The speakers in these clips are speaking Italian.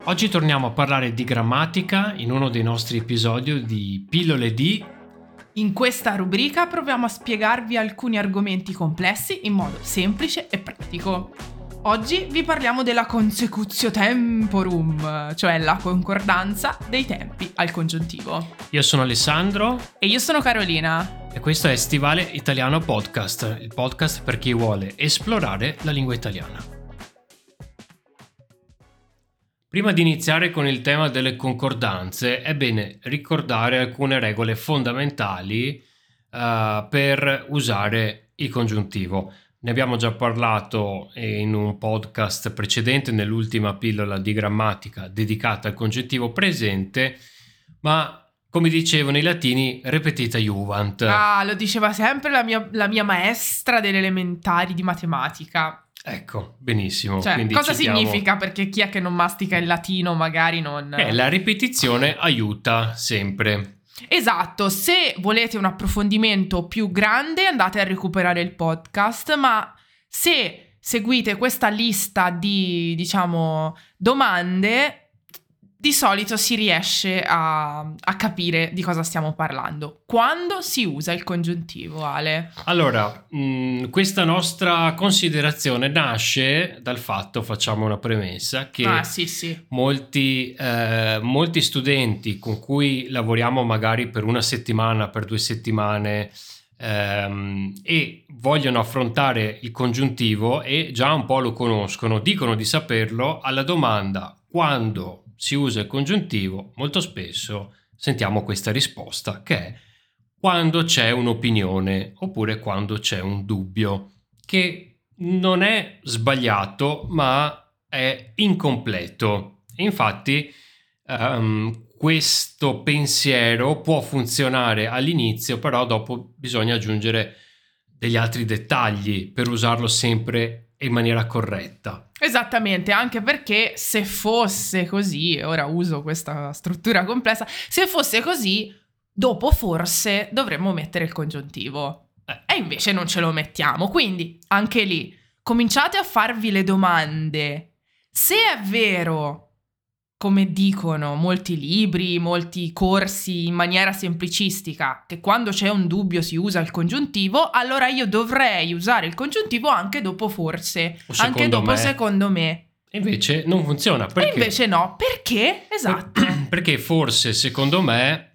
Oggi torniamo a parlare di grammatica in uno dei nostri episodi di Pillole di... In questa rubrica proviamo a spiegarvi alcuni argomenti complessi in modo semplice e pratico. Oggi vi parliamo della consecutio temporum, cioè la concordanza dei tempi al congiuntivo. Io sono Alessandro E io sono Carolina. e questo è Stivale Italiano Podcast, il podcast per chi vuole esplorare la lingua italiana. Prima di iniziare con il tema delle concordanze è bene ricordare alcune regole fondamentali per usare il congiuntivo. Ne abbiamo già parlato in un podcast precedente, nell'ultima pillola di grammatica dedicata al congiuntivo presente, ma come dicevano i latini, repetita iuvant. Lo diceva sempre la mia maestra delle elementari di matematica. Ecco, benissimo. Cioè, Quindi cosa citiamo... significa? Perché chi è che non mastica il latino magari non... La ripetizione aiuta sempre. Esatto, se volete un approfondimento più grande andate a recuperare il podcast, ma se seguite questa lista di, domande, di solito si riesce a capire di cosa stiamo parlando. Quando si usa il congiuntivo, Ale? Allora, questa nostra considerazione nasce dal fatto, facciamo una premessa, che Sì. molti studenti con cui lavoriamo magari per una settimana, per 2 settimane, e vogliono affrontare il congiuntivo e già un po' lo conoscono, dicono di saperlo, alla domanda quando si usa il congiuntivo, molto spesso sentiamo questa risposta, che è quando c'è un'opinione oppure quando c'è un dubbio, che non è sbagliato ma è incompleto. Infatti questo pensiero può funzionare all'inizio, però dopo bisogna aggiungere degli altri dettagli per usarlo sempre in maniera corretta. Esattamente, anche perché se fosse così, ora uso questa struttura complessa, se fosse così, dopo forse dovremmo mettere il congiuntivo. E invece non ce lo mettiamo. Quindi, anche lì, cominciate a farvi le domande. Se è vero, come dicono molti libri, molti corsi in maniera semplicistica, che quando c'è un dubbio si usa il congiuntivo, allora io dovrei usare il congiuntivo anche dopo forse, anche dopo secondo me. Invece non funziona. Perché? E invece no, perché? Esatto. Perché forse, secondo me,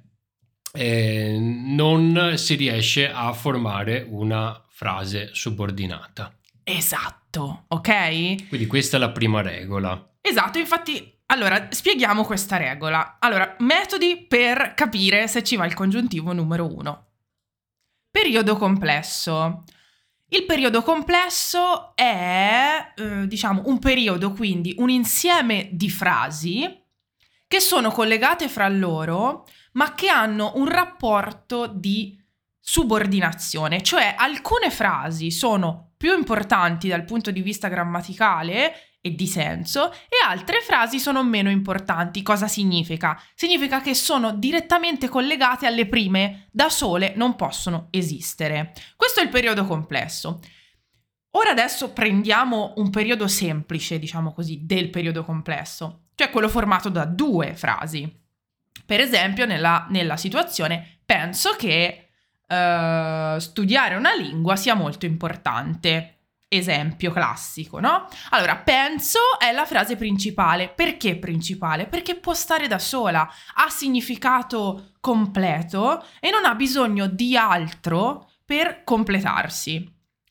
non si riesce a formare una frase subordinata. Esatto, ok? Quindi questa è la prima regola. Esatto, infatti... Allora, spieghiamo questa regola. Allora, metodi per capire se ci va il congiuntivo numero 1. Periodo complesso. Il periodo complesso è, un periodo, quindi un insieme di frasi che sono collegate fra loro, ma che hanno un rapporto di subordinazione. Cioè, alcune frasi sono più importanti dal punto di vista grammaticale e di senso, e altre frasi sono meno importanti. Cosa significa? Significa che sono direttamente collegate alle prime, da sole non possono esistere. Questo è il periodo complesso. Ora adesso prendiamo un periodo semplice, diciamo così, del periodo complesso, cioè quello formato da 2 frasi. Per esempio, nella situazione, penso che studiare una lingua sia molto importante. Esempio classico, no? Allora, penso è la frase principale. Perché principale? Perché può stare da sola, ha significato completo e non ha bisogno di altro per completarsi.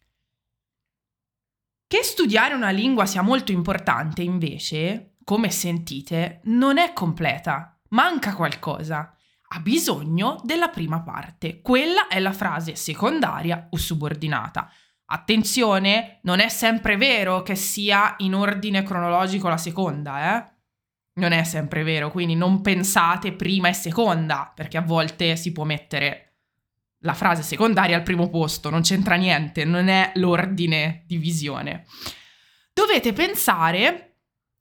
Che studiare una lingua sia molto importante, invece, come sentite, non è completa, manca qualcosa. Ha bisogno della prima parte. Quella è la frase secondaria o subordinata. Attenzione, non è sempre vero che sia in ordine cronologico la seconda, Non è sempre vero, quindi non pensate prima e seconda, perché a volte si può mettere la frase secondaria al primo posto, non c'entra niente, non è l'ordine di visione. Dovete pensare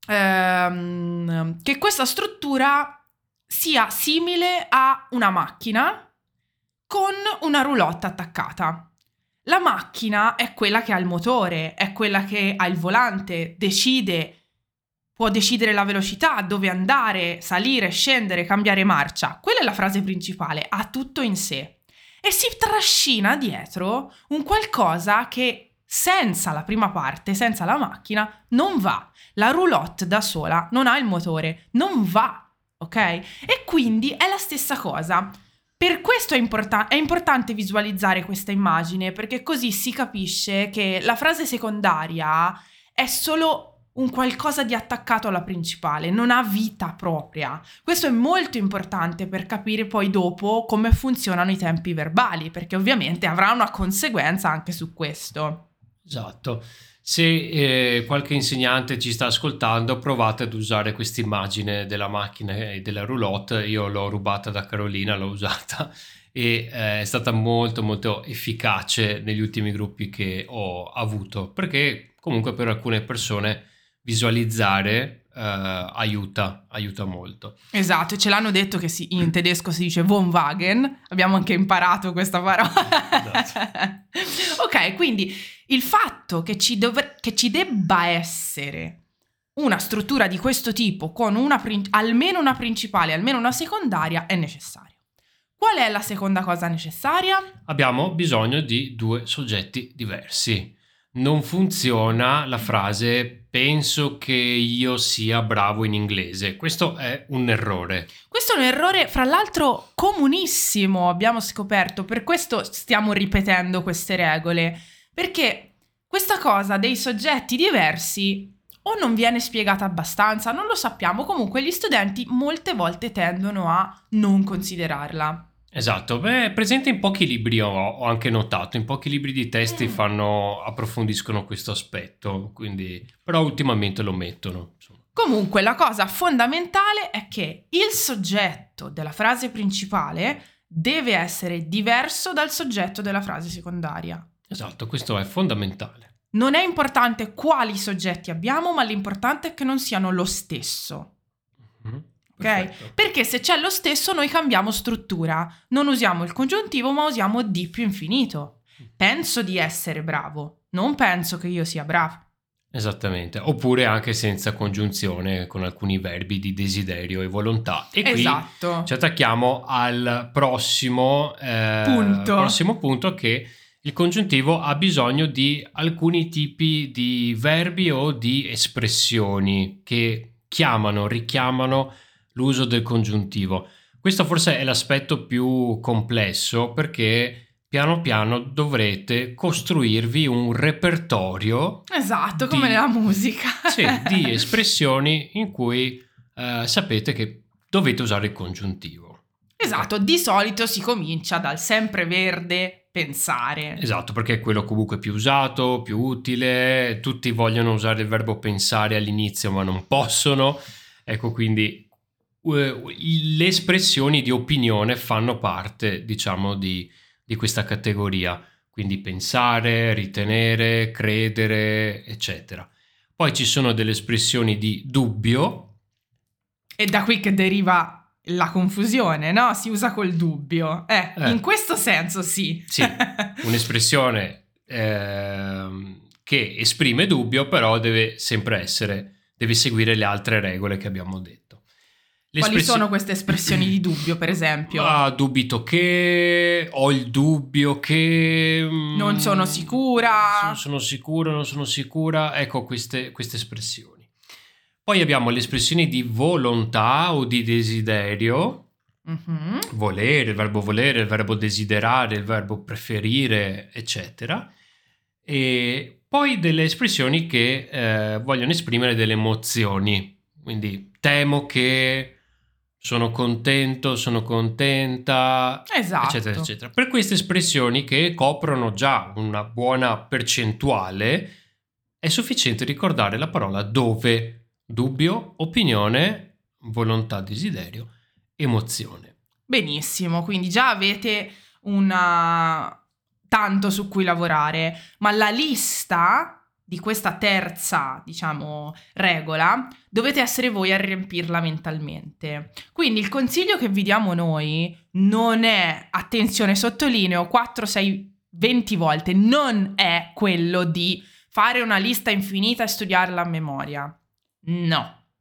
che questa struttura sia simile a una macchina con una roulotte attaccata. La macchina è quella che ha il motore, è quella che ha il volante, decide può decidere la velocità, dove andare, salire, scendere, cambiare marcia. Quella è la frase principale, ha tutto in sé. E si trascina dietro un qualcosa che senza la prima parte, senza la macchina, non va. La roulotte da sola non ha il motore, non va, ok? E quindi è la stessa cosa. Per questo è importante visualizzare questa immagine, perché così si capisce che la frase secondaria è solo un qualcosa di attaccato alla principale, non ha vita propria. Questo è molto importante per capire poi dopo come funzionano i tempi verbali, perché ovviamente avrà una conseguenza anche su questo. Esatto. Se qualche insegnante ci sta ascoltando, provate ad usare questa immagine della macchina e della roulotte. Io l'ho rubata da Carolina, l'ho usata e è stata molto molto efficace negli ultimi gruppi che ho avuto, perché comunque per alcune persone visualizzare aiuta molto. Esatto, e ce l'hanno detto che in tedesco si dice Wohnwagen, abbiamo anche imparato questa parola. Ok, quindi il fatto che ci debba essere una struttura di questo tipo con almeno una principale, almeno una secondaria è necessario. Qual è la seconda cosa necessaria? Abbiamo bisogno di due soggetti diversi. Non funziona la frase penso che io sia bravo in inglese. Questo è un errore. Questo è un errore, fra l'altro, comunissimo, abbiamo scoperto. Per questo stiamo ripetendo queste regole. Perché questa cosa dei soggetti diversi o non viene spiegata abbastanza, non lo sappiamo. Comunque gli studenti molte volte tendono a non considerarla. Esatto, presente in pochi libri ho anche notato, in pochi libri di testi approfondiscono questo aspetto, quindi, però ultimamente lo mettono. Insomma. Comunque la cosa fondamentale è che il soggetto della frase principale deve essere diverso dal soggetto della frase secondaria. Esatto, questo è fondamentale. Non è importante quali soggetti abbiamo, ma l'importante è che non siano lo stesso. Mm-hmm. Ok? Perfetto. Perché se c'è lo stesso noi cambiamo struttura, non usiamo il congiuntivo ma usiamo di più infinito. Penso di essere bravo, non penso che io sia bravo. Esattamente, oppure anche senza congiunzione con alcuni verbi di desiderio e volontà. E qui ci attacchiamo al prossimo punto che il congiuntivo ha bisogno di alcuni tipi di verbi o di espressioni che richiamano l'uso del congiuntivo. Questo forse è l'aspetto più complesso perché piano piano dovrete costruirvi un repertorio. Esatto, come nella musica. Sì, di espressioni in cui sapete che dovete usare il congiuntivo. Esatto, di solito si comincia dal sempreverde pensare. Esatto, perché è quello comunque più usato, più utile. Tutti vogliono usare il verbo pensare all'inizio ma non possono. Ecco, quindi le espressioni di opinione fanno parte, diciamo, di questa categoria, quindi pensare, ritenere, credere, eccetera. Poi ci sono delle espressioni di dubbio. E da qui che deriva la confusione, no? Si usa col dubbio. In questo senso sì. Sì, un'espressione che esprime dubbio, però deve seguire le altre regole che abbiamo detto. Quali sono queste espressioni di dubbio, per esempio? Dubito che, ho il dubbio che... non sono sicura. Sono sicuro, non sono sicura. Ecco queste espressioni. Poi abbiamo le espressioni di volontà o di desiderio. Mm-hmm. Volere, il verbo desiderare, il verbo preferire, eccetera. E poi delle espressioni che vogliono esprimere delle emozioni. Quindi temo che... sono contento, sono contenta, esatto. Eccetera, eccetera. Per queste espressioni che coprono già una buona percentuale, è sufficiente ricordare la parola dove, dubbio, opinione, volontà, desiderio, emozione. Benissimo, quindi già avete tanto su cui lavorare, ma la lista di questa terza, diciamo, regola, dovete essere voi a riempirla mentalmente. Quindi il consiglio che vi diamo noi non è, attenzione, sottolineo 4, 6, 20 volte, non è quello di fare una lista infinita e studiarla a memoria. No.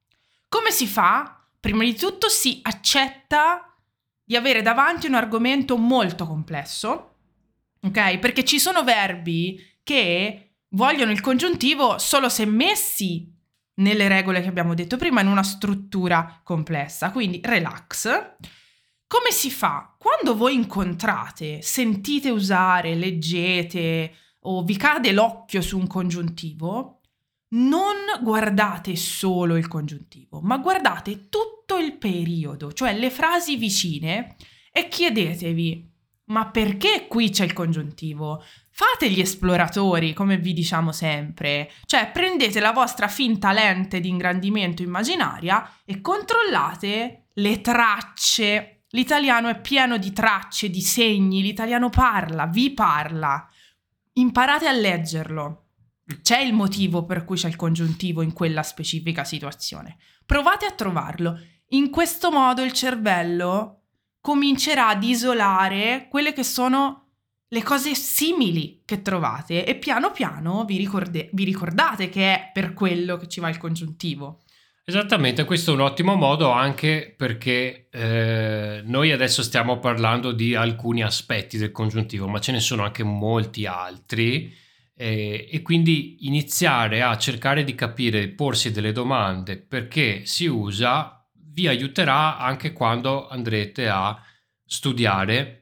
Come si fa? Prima di tutto si accetta di avere davanti un argomento molto complesso, ok? Perché ci sono verbi che vogliono il congiuntivo solo se messi nelle regole che abbiamo detto prima, in una struttura complessa. Quindi relax. Come si fa? Quando voi incontrate, sentite usare, leggete o vi cade l'occhio su un congiuntivo, non guardate solo il congiuntivo, ma guardate tutto il periodo, cioè le frasi vicine, e chiedetevi: ma perché qui c'è il congiuntivo? Fate gli esploratori, come vi diciamo sempre, cioè prendete la vostra finta lente di ingrandimento immaginaria e controllate le tracce. L'italiano è pieno di tracce, di segni, l'italiano parla, vi parla. Imparate a leggerlo. C'è il motivo per cui c'è il congiuntivo in quella specifica situazione. Provate a trovarlo. In questo modo il cervello comincerà ad isolare quelle che sono le cose simili che trovate e piano piano vi ricordate che è per quello che ci va il congiuntivo. Esattamente, questo è un ottimo modo anche perché noi adesso stiamo parlando di alcuni aspetti del congiuntivo, ma ce ne sono anche molti altri, e quindi iniziare a cercare di capire, porsi delle domande perché si usa, vi aiuterà anche quando andrete a studiare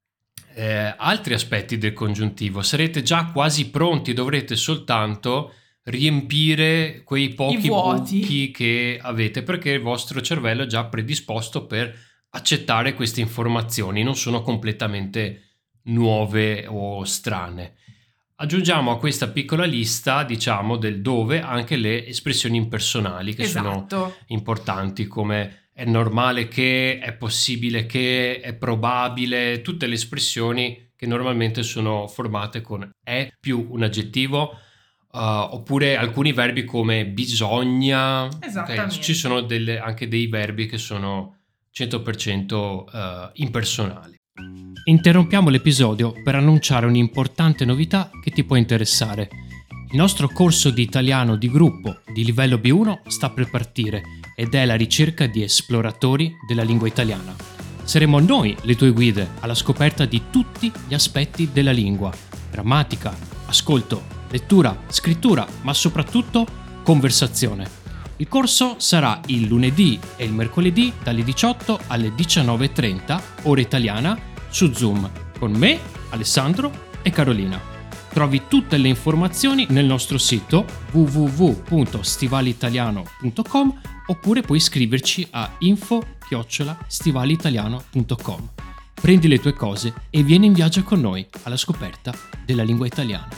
altri aspetti del congiuntivo. Sarete già quasi pronti, dovrete soltanto riempire quei pochi buchi che avete, perché il vostro cervello è già predisposto per accettare queste informazioni, non sono completamente nuove o strane. Aggiungiamo a questa piccola lista, diciamo, del dove anche le espressioni impersonali che sono importanti, come è normale che, è possibile che, è probabile, tutte le espressioni che normalmente sono formate con è più un aggettivo, oppure alcuni verbi come bisogna. Okay? Ci sono anche dei verbi che sono 100% impersonali. Interrompiamo l'episodio per annunciare un'importante novità che ti può interessare. Il nostro corso di italiano di gruppo di livello B1 sta per partire ed è la ricerca di esploratori della lingua italiana. Saremo noi le tue guide alla scoperta di tutti gli aspetti della lingua: grammatica, ascolto, lettura, scrittura, ma soprattutto conversazione. Il corso sarà il lunedì e il mercoledì dalle 18 alle 19:30 ora italiana su Zoom con me, Alessandro e Carolina. Trovi tutte le informazioni nel nostro sito www.stivalitaliano.com oppure puoi scriverci a info@stivalitaliano.com. Prendi le tue cose e vieni in viaggio con noi alla scoperta della lingua italiana.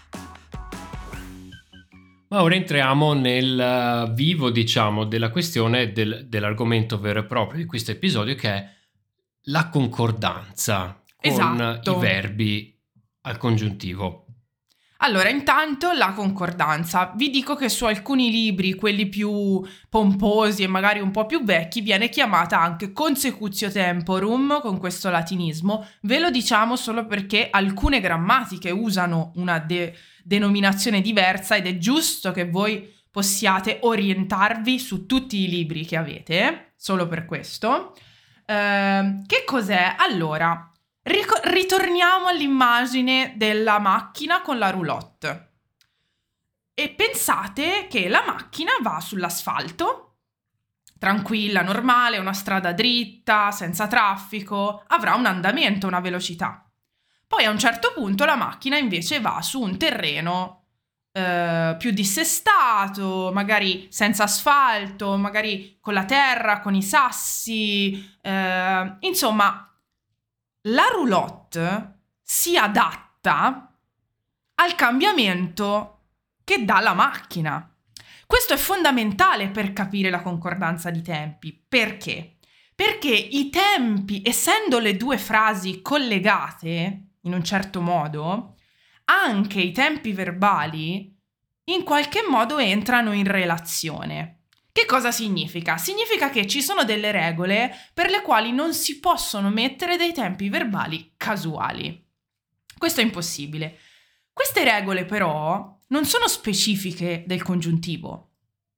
Ma ora entriamo nel vivo, diciamo, della questione dell'argomento vero e proprio di questo episodio, che è la concordanza con i verbi al congiuntivo. Allora, intanto la concordanza. Vi dico che su alcuni libri, quelli più pomposi e magari un po' più vecchi, viene chiamata anche consecutio temporum, con questo latinismo. Ve lo diciamo solo perché alcune grammatiche usano una denominazione diversa ed è giusto che voi possiate orientarvi su tutti i libri che avete, solo per questo. Che cos'è? Allora, ritorniamo all'immagine della macchina con la roulotte e pensate che la macchina va sull'asfalto, tranquilla, normale, una strada dritta, senza traffico, avrà un andamento, una velocità. Poi a un certo punto la macchina invece va su un terreno più dissestato, magari senza asfalto, magari con la terra, con i sassi, insomma, la roulotte si adatta al cambiamento che dà la macchina. Questo è fondamentale per capire la concordanza di tempi. Perché? Perché i tempi, essendo le due frasi collegate in un certo modo, anche i tempi verbali in qualche modo entrano in relazione. Che cosa significa? Significa che ci sono delle regole per le quali non si possono mettere dei tempi verbali casuali. Questo è impossibile. Queste regole però non sono specifiche del congiuntivo.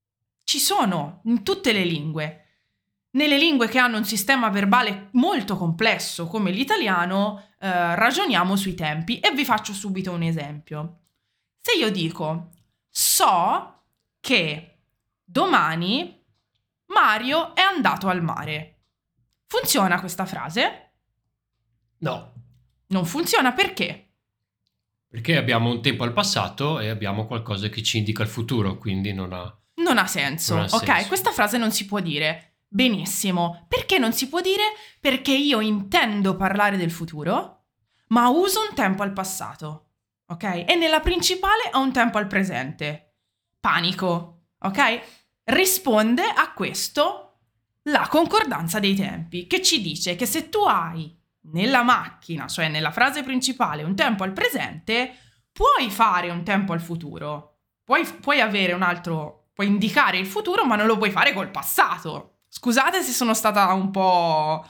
ci sono in tutte le lingue. Nelle lingue che hanno un sistema verbale molto complesso come l'italiano, ragioniamo sui tempi e vi faccio subito un esempio. Se io dico so che domani Mario è andato al mare, funziona questa frase? No. Non funziona perché? Perché abbiamo un tempo al passato e abbiamo qualcosa che ci indica il futuro, quindi non ha senso. Non ha Ok, senso. questa frase non si può dire. Benissimo. Perché non si può dire? Perché io intendo parlare del futuro, ma uso un tempo al passato. Ok? E nella principale ho un tempo al presente. Panico. Ok? Risponde a questo la concordanza dei tempi, che ci dice che se tu hai nella macchina, cioè nella frase principale, un tempo al presente, puoi fare un tempo al futuro. Puoi avere un altro, puoi indicare il futuro, ma non lo puoi fare col passato. Scusate se sono stata un po',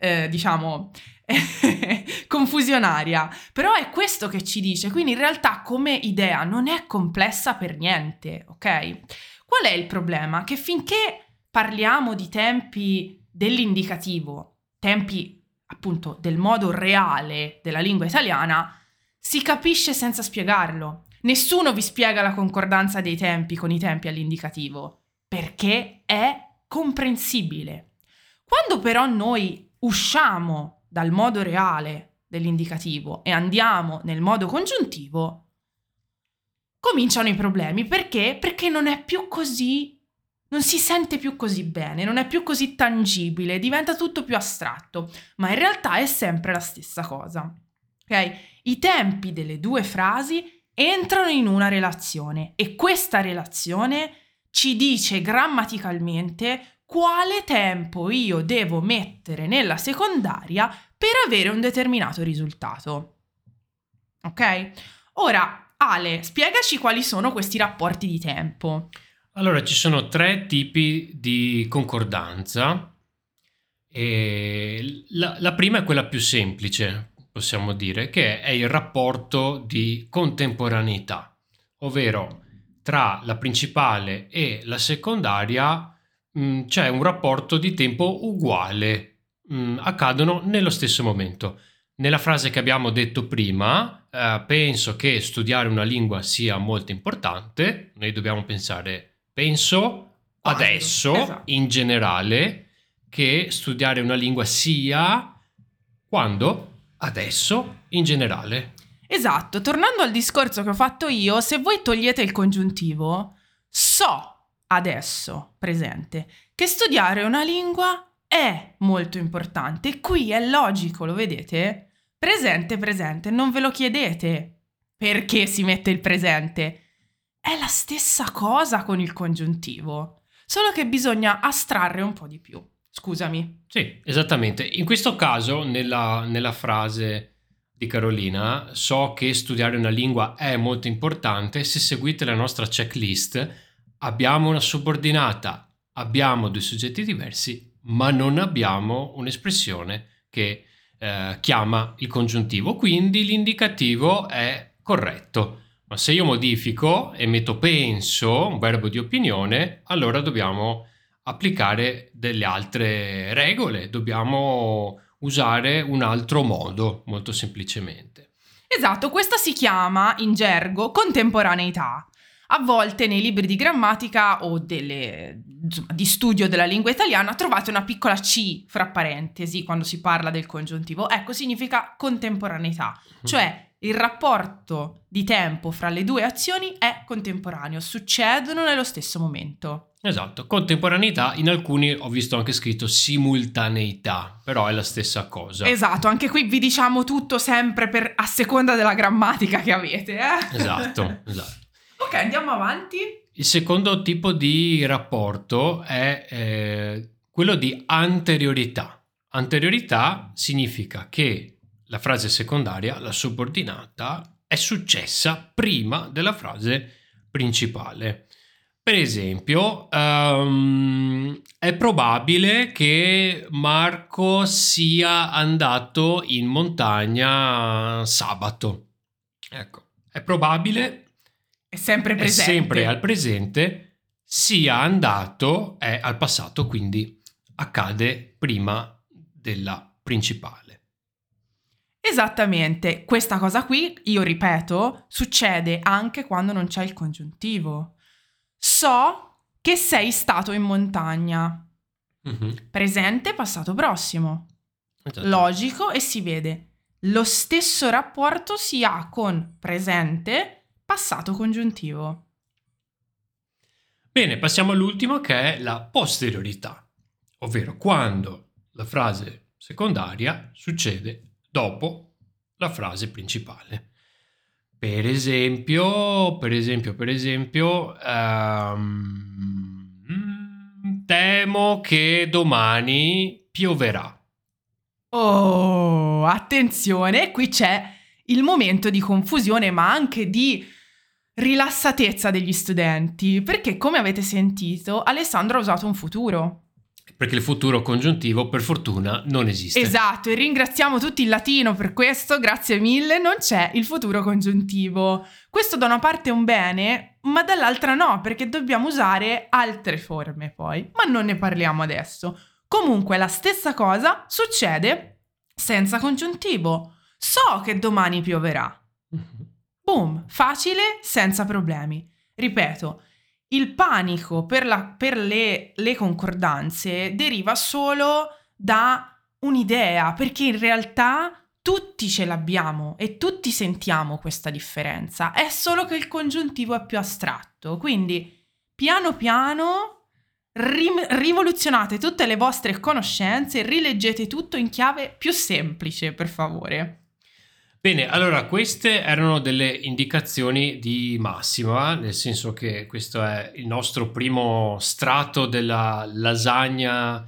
confusionaria, però è questo che ci dice, quindi in realtà come idea non è complessa per niente, ok? Qual è il problema? Che finché parliamo di tempi dell'indicativo, tempi appunto del modo reale della lingua italiana, si capisce senza spiegarlo. Nessuno vi spiega la concordanza dei tempi con i tempi all'indicativo, perché è comprensibile. Quando però noi usciamo dal modo reale dell'indicativo e andiamo nel modo congiuntivo, cominciano i problemi. Perché? Perché non è più così, non si sente più così bene, non è più così tangibile, diventa tutto più astratto, ma in realtà è sempre la stessa cosa. Ok? I tempi delle due frasi entrano in una relazione e questa relazione ci dice grammaticalmente quale tempo io devo mettere nella secondaria per avere un determinato risultato. Ok? Ora, Ale, spiegaci quali sono questi rapporti di tempo. Allora, ci sono 3 tipi di concordanza. E la prima è quella più semplice, possiamo dire, che è il rapporto di contemporaneità, ovvero tra la principale e la secondaria c'è un rapporto di tempo uguale, accadono nello stesso momento. Nella frase che abbiamo detto prima, penso che studiare una lingua sia molto importante, noi dobbiamo pensare, penso adesso, Esatto. in generale, che studiare una lingua sia quando? Adesso, in generale. Esatto, tornando al discorso che ho fatto io, se voi togliete il congiuntivo, so adesso, presente, che studiare una lingua è molto importante. Qui è logico, lo vedete? Presente, presente, non ve lo chiedete perché si mette il presente. È la stessa cosa con il congiuntivo, solo che bisogna astrarre un po' di più. Scusami. Sì, esattamente. In questo caso, nella frase di Carolina, so che studiare una lingua è molto importante. Se seguite la nostra checklist, abbiamo una subordinata, abbiamo 2 soggetti diversi, ma non abbiamo un'espressione che chiama il congiuntivo. Quindi l'indicativo è corretto. Ma se io modifico e metto penso, un verbo di opinione, allora dobbiamo applicare delle altre regole, dobbiamo usare un altro modo, molto semplicemente. Esatto, questa si chiama in gergo contemporaneità. A volte nei libri di grammatica o di studio della lingua italiana trovate una piccola C fra parentesi quando si parla del congiuntivo. Ecco, significa contemporaneità, cioè il rapporto di tempo fra le due azioni è contemporaneo, succedono nello stesso momento. Esatto, contemporaneità, in alcuni ho visto anche scritto simultaneità, però è la stessa cosa. Esatto, anche qui vi diciamo tutto sempre a seconda della grammatica che avete. Esatto. Ok, andiamo avanti. Il secondo tipo di rapporto è quello di anteriorità. Anteriorità significa che la frase secondaria, la subordinata, è successa prima della frase principale. Per esempio, è probabile che Marco sia andato in montagna sabato. Ecco, è probabile. È sempre È presente. sempre al presente sia andato è al passato, quindi accade prima della principale. Esattamente, questa cosa qui, io ripeto, succede anche quando non c'è il congiuntivo. So che sei stato in montagna. Presente, passato, prossimo. Esatto. Logico, e si vede. Lo stesso rapporto si ha con presente, passato, congiuntivo. Bene, passiamo all'ultimo, che è la posteriorità, ovvero quando la frase secondaria succede dopo la frase principale. Per esempio, temo che domani pioverà. Oh, attenzione, qui c'è il momento di confusione, ma anche di rilassatezza degli studenti, perché come avete sentito, Alessandro ha usato un futuro. Perché il futuro congiuntivo, per fortuna, non esiste. Esatto, e ringraziamo tutti il latino per questo, grazie mille, non c'è il futuro congiuntivo. Questo da una parte è un bene, ma dall'altra no, perché dobbiamo usare altre forme poi, ma non ne parliamo adesso. Comunque la stessa cosa succede senza congiuntivo. So che domani pioverà. Boom, facile, senza problemi. Ripeto, il panico per le concordanze deriva solo da un'idea, perché in realtà tutti ce l'abbiamo e tutti sentiamo questa differenza. È solo che il congiuntivo è più astratto. Quindi, piano piano, rivoluzionate tutte le vostre conoscenze e rileggete tutto in chiave più semplice, per favore. Bene, allora queste erano delle indicazioni di massima, nel senso che questo è il nostro primo strato della lasagna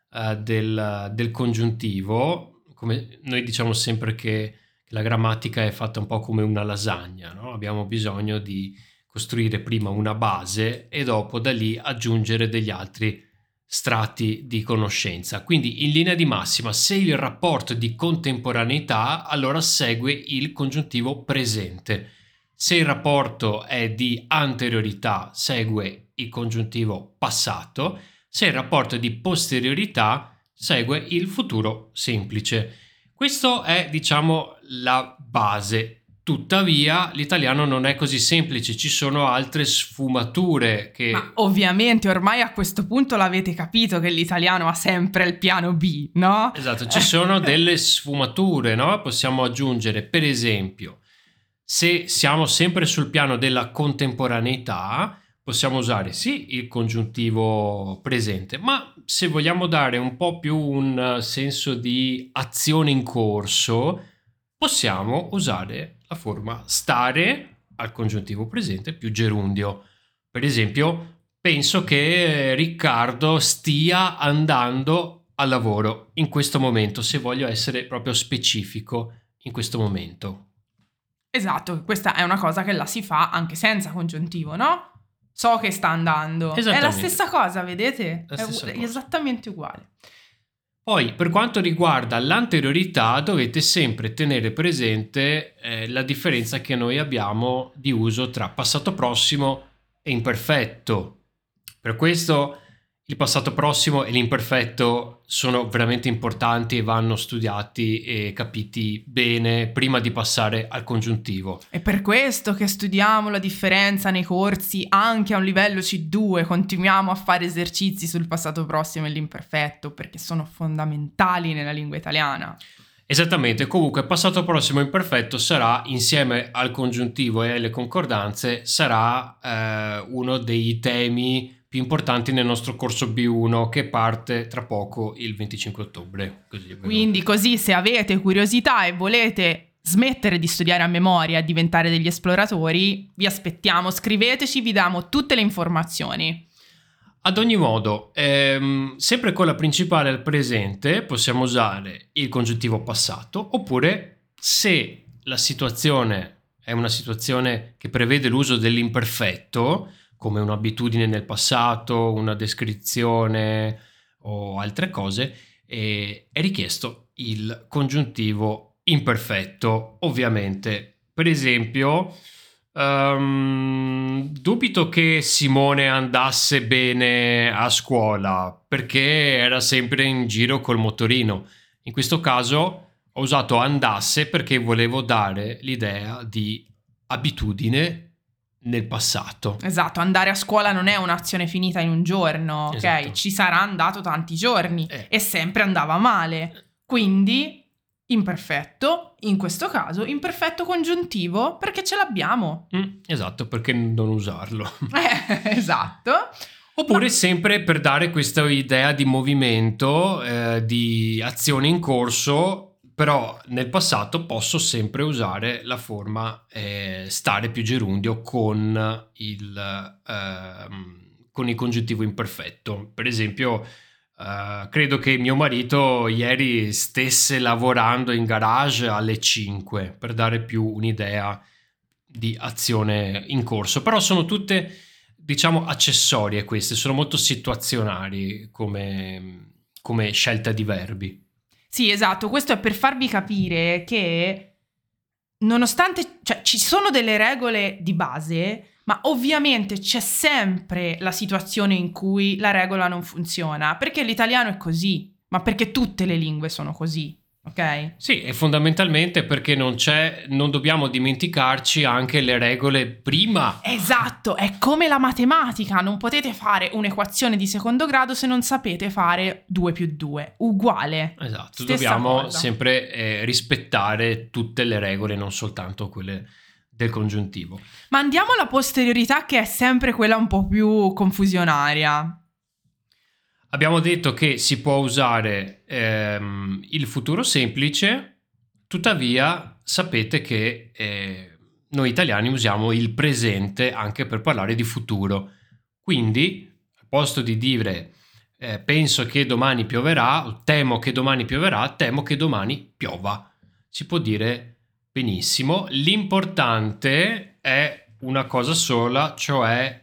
del congiuntivo. Come noi diciamo sempre che la grammatica è fatta un po' come una lasagna, no? Abbiamo bisogno di costruire prima una base e dopo da lì aggiungere degli altri strati di conoscenza. Quindi in linea di massima, se il rapporto è di contemporaneità, allora segue il congiuntivo presente. Se il rapporto è di anteriorità, segue il congiuntivo passato. Se il rapporto è di posteriorità, segue il futuro semplice. Questo è, diciamo, la base. Tuttavia, l'italiano non è così semplice, ci sono altre sfumature che... Ma ovviamente ormai a questo punto l'avete capito che l'italiano ha sempre il piano B, no? Esatto, ci sono delle sfumature, no? Possiamo aggiungere, per esempio, se siamo sempre sul piano della contemporaneità, possiamo usare sì il congiuntivo presente, ma se vogliamo dare un po' più un senso di azione in corso, possiamo usare la forma stare al congiuntivo presente più gerundio. Per esempio, penso che Riccardo stia andando al lavoro in questo momento, se voglio essere proprio specifico in questo momento. Esatto, questa è una cosa che la si fa anche senza congiuntivo, no? So che sta andando. È la stessa cosa, vedete? È esattamente uguale. Poi, per quanto riguarda l'anteriorità, dovete sempre tenere presente la differenza che noi abbiamo di uso tra passato prossimo e imperfetto. Per questo il passato prossimo e l'imperfetto sono veramente importanti e vanno studiati e capiti bene prima di passare al congiuntivo. È per questo che studiamo la differenza nei corsi anche a un livello C2, continuiamo a fare esercizi sul passato prossimo e l'imperfetto perché sono fondamentali nella lingua italiana. Esattamente, comunque passato prossimo imperfetto sarà, insieme al congiuntivo e alle concordanze, sarà uno dei temi più importanti nel nostro corso B1 che parte tra poco il 25 ottobre. Quindi così se avete curiosità e volete smettere di studiare a memoria e diventare degli esploratori, vi aspettiamo, scriveteci, vi diamo tutte le informazioni. Ad ogni modo, sempre con la principale al presente possiamo usare il congiuntivo passato, oppure se la situazione è una situazione che prevede l'uso dell'imperfetto, come un'abitudine nel passato, una descrizione o altre cose, è richiesto il congiuntivo imperfetto, ovviamente. Per esempio, Dubito che Simone andasse bene a scuola perché era sempre in giro col motorino. In questo caso ho usato andasse perché volevo dare l'idea di abitudine nel passato. Esatto, andare a scuola non è un'azione finita in un giorno, ok? Esatto. Ci sarà andato tanti giorni e sempre andava male. Quindi imperfetto, in questo caso imperfetto congiuntivo perché ce l'abbiamo. Esatto, perché non usarlo? Esatto. Oppure sempre per dare questa idea di movimento, di azione in corso, però nel passato posso sempre usare la forma stare più gerundio con il congiuntivo imperfetto. Per esempio, credo che mio marito ieri stesse lavorando in garage alle 5, per dare più un'idea di azione in corso. Però sono tutte, diciamo, accessorie queste, sono molto situazionali come scelta di verbi. Sì, esatto, questo è per farvi capire che nonostante, cioè, ci sono delle regole di base, ma ovviamente c'è sempre la situazione in cui la regola non funziona, perché l'italiano è così, ma perché tutte le lingue sono così, ok? Sì, e fondamentalmente perché non dobbiamo dimenticarci anche le regole prima. Esatto, è come la matematica, non potete fare un'equazione di secondo grado se non sapete fare 2 più 2, uguale. Esatto, Stessa dobbiamo cosa. sempre rispettare tutte le regole, non soltanto quelle del congiuntivo. Ma andiamo alla posteriorità, che è sempre quella un po' più confusionaria. Abbiamo detto che si può usare il futuro semplice, tuttavia sapete che noi italiani usiamo il presente anche per parlare di futuro. Quindi, al posto di dire penso che domani pioverà, temo che domani pioverà, temo che domani piova. Si può dire benissimo. L'importante è una cosa sola, cioè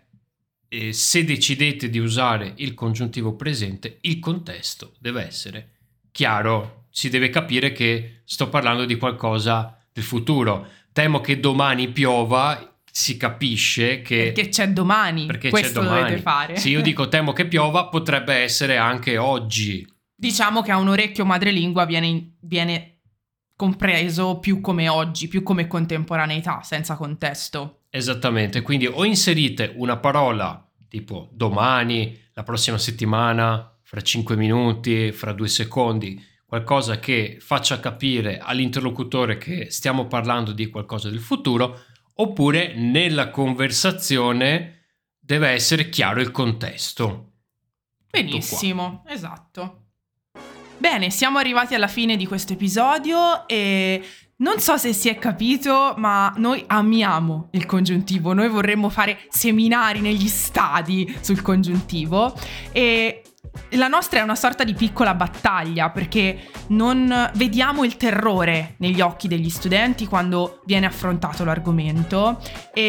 se decidete di usare il congiuntivo presente, il contesto deve essere chiaro. Si deve capire che sto parlando di qualcosa del futuro. Temo che domani piova, si capisce che perché c'è domani, perché questo c'è domani. dovete fare. Se io dico temo che piova, potrebbe essere anche oggi. Diciamo che a un orecchio madrelingua viene compreso più come oggi, più come contemporaneità, senza contesto. Esattamente, quindi o inserite una parola tipo domani, la prossima settimana, fra 5 minuti, fra 2 secondi, qualcosa che faccia capire all'interlocutore che stiamo parlando di qualcosa del futuro, oppure nella conversazione deve essere chiaro il contesto. Benissimo, esatto. Bene, siamo arrivati alla fine di questo episodio e non so se si è capito, ma noi amiamo il congiuntivo. Noi vorremmo fare seminari negli stadi sul congiuntivo e la nostra è una sorta di piccola battaglia, perché non vediamo il terrore negli occhi degli studenti quando viene affrontato l'argomento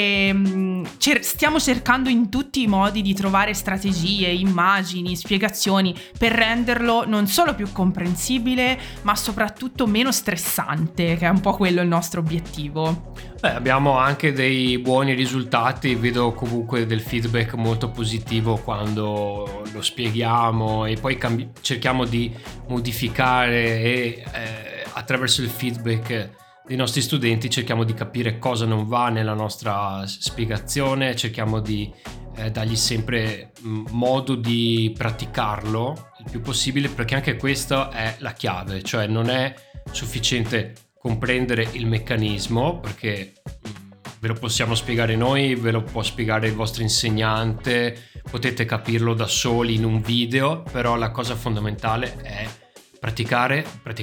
e stiamo cercando in tutti i modi di trovare strategie, immagini, spiegazioni per renderlo non solo più comprensibile, ma soprattutto meno stressante, che è un po' quello il nostro obiettivo. Abbiamo anche dei buoni risultati, vedo comunque del feedback molto positivo quando lo spieghiamo e poi cerchiamo di modificare e attraverso il feedback dei nostri studenti cerchiamo di capire cosa non va nella nostra spiegazione, cerchiamo di dargli sempre modo di praticarlo il più possibile, perché anche questa è la chiave, cioè non è sufficiente comprendere il meccanismo, perché ve lo possiamo spiegare noi, ve lo può spiegare il vostro insegnante, potete capirlo da soli in un video, però la cosa fondamentale è praticare,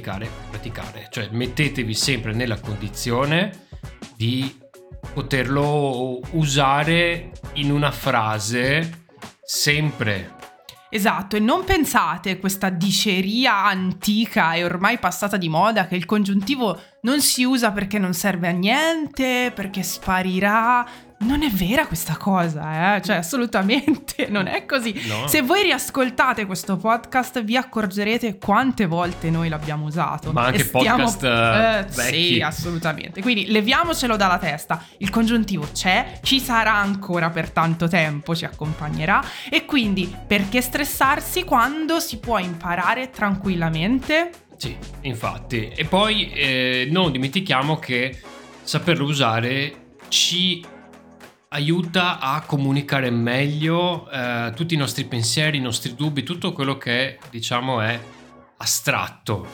cioè mettetevi sempre nella condizione di poterlo usare in una frase sempre. Esatto, e non pensate, questa diceria antica e ormai passata di moda, che il congiuntivo non si usa perché non serve a niente, perché sparirà. Non è vera questa cosa, cioè assolutamente non è così. No. Se voi riascoltate questo podcast vi accorgerete quante volte noi l'abbiamo usato. Ma anche podcast vecchi. Sì, assolutamente. Quindi leviamocelo dalla testa. Il congiuntivo c'è, ci sarà ancora per tanto tempo, ci accompagnerà. E quindi perché stressarsi quando si può imparare tranquillamente? Sì, infatti. E poi non dimentichiamo che saperlo usare ci aiuta a comunicare meglio tutti i nostri pensieri, i nostri dubbi, tutto quello che diciamo è astratto.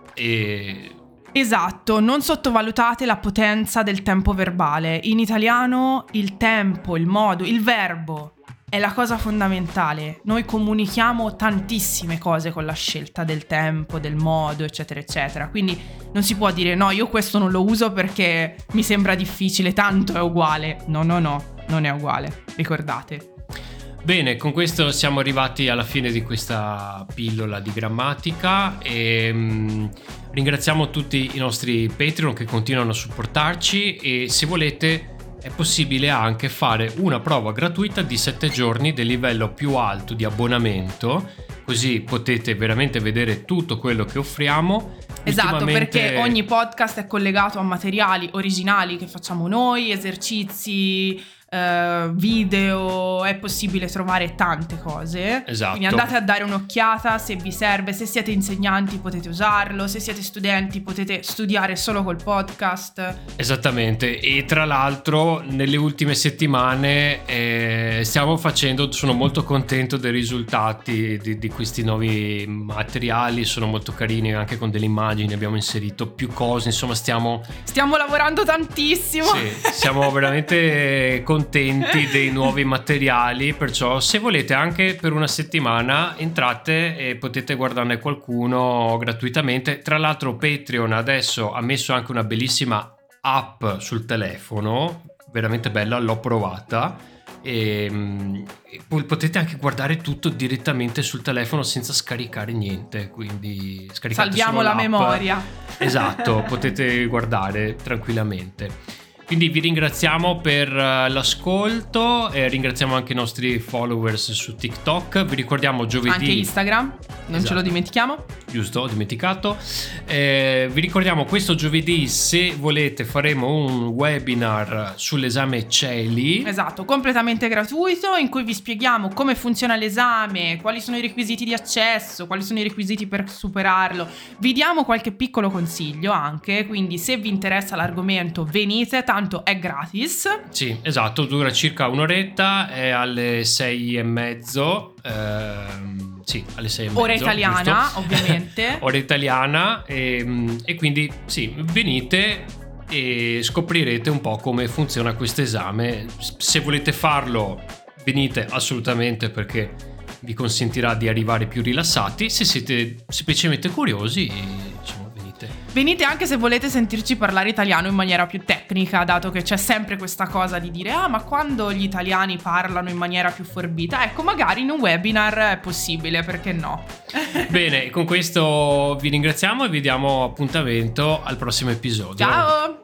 Esatto, non sottovalutate la potenza del tempo verbale. In italiano il tempo, il modo, il verbo è la cosa fondamentale. Noi comunichiamo tantissime cose con la scelta del tempo, del modo, eccetera, eccetera. Quindi non si può dire no, io questo non lo uso perché mi sembra difficile, tanto è uguale. No, non è uguale, ricordate. Bene, con questo siamo arrivati alla fine di questa pillola di grammatica e ringraziamo tutti i nostri Patreon che continuano a supportarci e se volete è possibile anche fare una prova gratuita di 7 giorni del livello più alto di abbonamento, così potete veramente vedere tutto quello che offriamo. Esatto, perché ogni podcast è collegato a materiali originali che facciamo noi, esercizi, video, è possibile trovare tante cose. Esatto. Quindi andate a dare un'occhiata se vi serve, se siete insegnanti potete usarlo, se siete studenti potete studiare solo col podcast. Esattamente, e tra l'altro nelle ultime settimane sono molto contento dei risultati di questi nuovi materiali, sono molto carini anche con delle immagini, abbiamo inserito più cose, insomma stiamo lavorando tantissimo. Sì, siamo veramente contenti dei nuovi materiali, perciò se volete anche per una settimana entrate e potete guardarne qualcuno gratuitamente. Tra l'altro Patreon adesso ha messo anche una bellissima app sul telefono, veramente bella, l'ho provata e poi potete anche guardare tutto direttamente sul telefono senza scaricare niente, quindi scaricate salviamo solo la l'app. memoria. Esatto, potete guardare tranquillamente. Quindi vi ringraziamo per l'ascolto e ringraziamo anche i nostri followers su TikTok. Vi ricordiamo giovedì... Anche Instagram, non ce lo dimentichiamo. Giusto, ho dimenticato. Vi ricordiamo questo giovedì, se volete, faremo un webinar sull'esame CELI. Esatto, completamente gratuito, in cui vi spieghiamo come funziona l'esame, quali sono i requisiti di accesso, quali sono i requisiti per superarlo. Vi diamo qualche piccolo consiglio anche, quindi se vi interessa l'argomento venite, tanto è gratis. Sì, esatto, dura circa un'oretta, è alle 6:30. Sì, alle 6:30. Ora italiana, giusto? Ovviamente. Ora italiana e quindi sì, venite e scoprirete un po' come funziona questo esame. Se volete farlo, venite assolutamente perché vi consentirà di arrivare più rilassati. Se siete semplicemente curiosi, diciamo, venite anche se volete sentirci parlare italiano in maniera più tecnica, dato che c'è sempre questa cosa di dire ma quando gli italiani parlano in maniera più forbita, ecco, magari in un webinar è possibile, perché no? Bene, con questo vi ringraziamo e vi diamo appuntamento al prossimo episodio. Ciao!